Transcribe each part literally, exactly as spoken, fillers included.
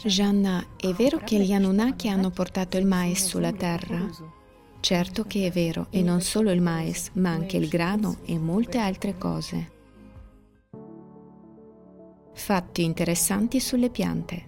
Gianna, è vero che gli Anunnaki hanno portato il mais sulla terra? Certo che è vero, e non solo il mais, ma anche il grano e molte altre cose. Fatti interessanti sulle piante.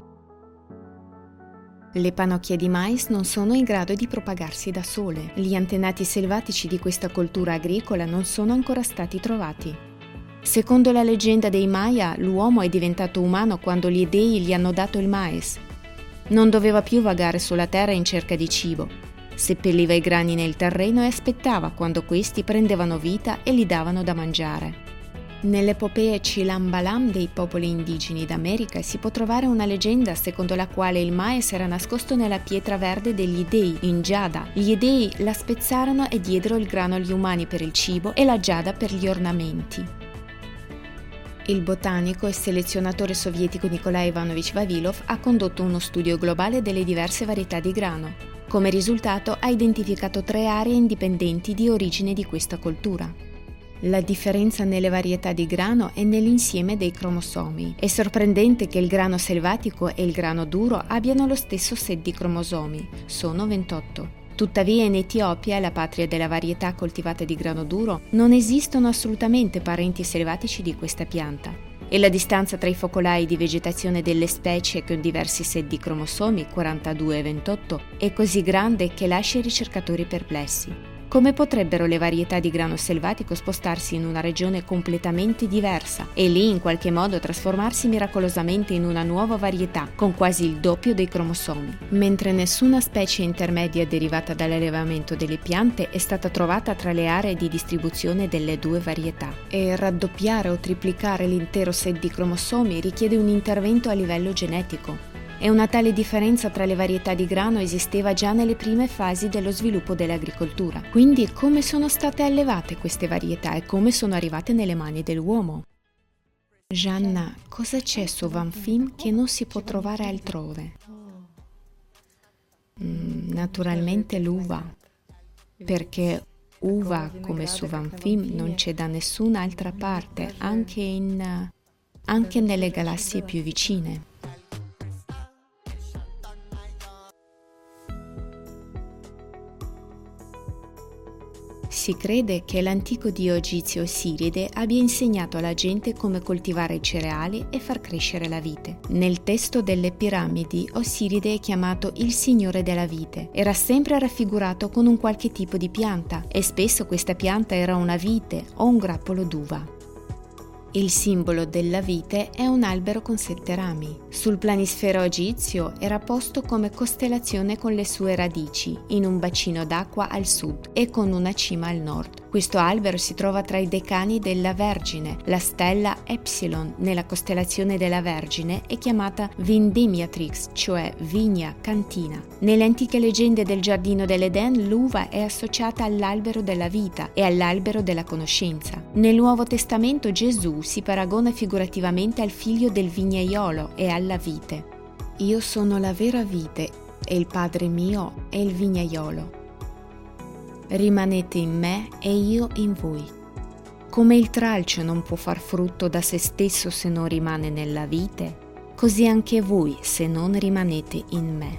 Le pannocchie di mais non sono in grado di propagarsi da sole. Gli antenati selvatici di questa coltura agricola non sono ancora stati trovati. Secondo la leggenda dei Maya, l'uomo è diventato umano quando gli dei gli hanno dato il mais. Non doveva più vagare sulla terra in cerca di cibo. Seppelliva i grani nel terreno e aspettava quando questi prendevano vita e gli davano da mangiare. Nelle epopee Cilambalam dei popoli indigeni d'America si può trovare una leggenda secondo la quale il mais era nascosto nella pietra verde degli dei, in giada. Gli dei la spezzarono e diedero il grano agli umani per il cibo e la giada per gli ornamenti. Il botanico e selezionatore sovietico Nikolai Ivanovich Vavilov ha condotto uno studio globale delle diverse varietà di grano. Come risultato ha identificato tre aree indipendenti di origine di questa coltura. La differenza nelle varietà di grano è nell'insieme dei cromosomi. È sorprendente che il grano selvatico e il grano duro abbiano lo stesso set di cromosomi, sono ventotto. Tuttavia in Etiopia, la patria della varietà coltivata di grano duro, non esistono assolutamente parenti selvatici di questa pianta. E la distanza tra i focolai di vegetazione delle specie con diversi set di cromosomi, quarantadue e ventotto, è così grande che lascia i ricercatori perplessi. Come potrebbero le varietà di grano selvatico spostarsi in una regione completamente diversa e lì in qualche modo trasformarsi miracolosamente in una nuova varietà con quasi il doppio dei cromosomi, mentre nessuna specie intermedia derivata dall'allevamento delle piante è stata trovata tra le aree di distribuzione delle due varietà. E raddoppiare o triplicare l'intero set di cromosomi richiede un intervento a livello genetico. E una tale differenza tra le varietà di grano esisteva già nelle prime fasi dello sviluppo dell'agricoltura. Quindi come sono state allevate queste varietà e come sono arrivate nelle mani dell'uomo? Gianna, cosa c'è su Vanfim che non si può trovare altrove? Mm, naturalmente l'uva, perché uva come su Vanfim non c'è da nessun'altra parte, anche, in, anche nelle galassie più vicine. Si crede che l'antico dio egizio Osiride abbia insegnato alla gente come coltivare i cereali e far crescere la vite. Nel testo delle piramidi, Osiride è chiamato il signore della vite. Era sempre raffigurato con un qualche tipo di pianta e spesso questa pianta era una vite o un grappolo d'uva. Il simbolo della vite è un albero con sette rami. Sul planisfero egizio era posto come costellazione con le sue radici, in un bacino d'acqua al sud e con una cima al nord. Questo albero si trova tra i decani della Vergine. La stella Epsilon nella costellazione della Vergine è chiamata Vendemiatrix, cioè vigna, cantina. Nelle antiche leggende del giardino dell'Eden l'uva è associata all'albero della vita e all'albero della conoscenza. Nel Nuovo Testamento Gesù si paragona figurativamente al figlio del vignaiolo e alla vite. Io sono la vera vite e il Padre mio è il vignaiolo. Rimanete in me e io in voi. Come il tralcio non può far frutto da se stesso se non rimane nella vite, così anche voi se non rimanete in me.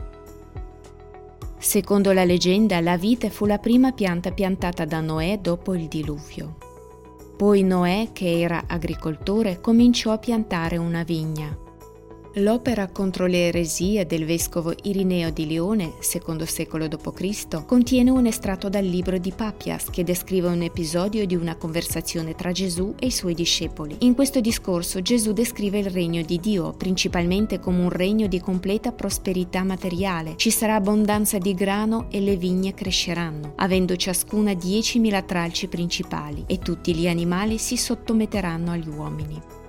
Secondo la leggenda, la vite fu la prima pianta piantata da Noè dopo il diluvio. Poi Noè, che era agricoltore, cominciò a piantare una vigna. L'opera contro le eresie del vescovo Irineo di Lione, secondo secolo dopo Cristo, contiene un estratto dal libro di Papias che descrive un episodio di una conversazione tra Gesù e i suoi discepoli. In questo discorso Gesù descrive il regno di Dio, principalmente come un regno di completa prosperità materiale. Ci sarà abbondanza di grano e le vigne cresceranno, avendo ciascuna diecimila tralci principali, e tutti gli animali si sottometteranno agli uomini.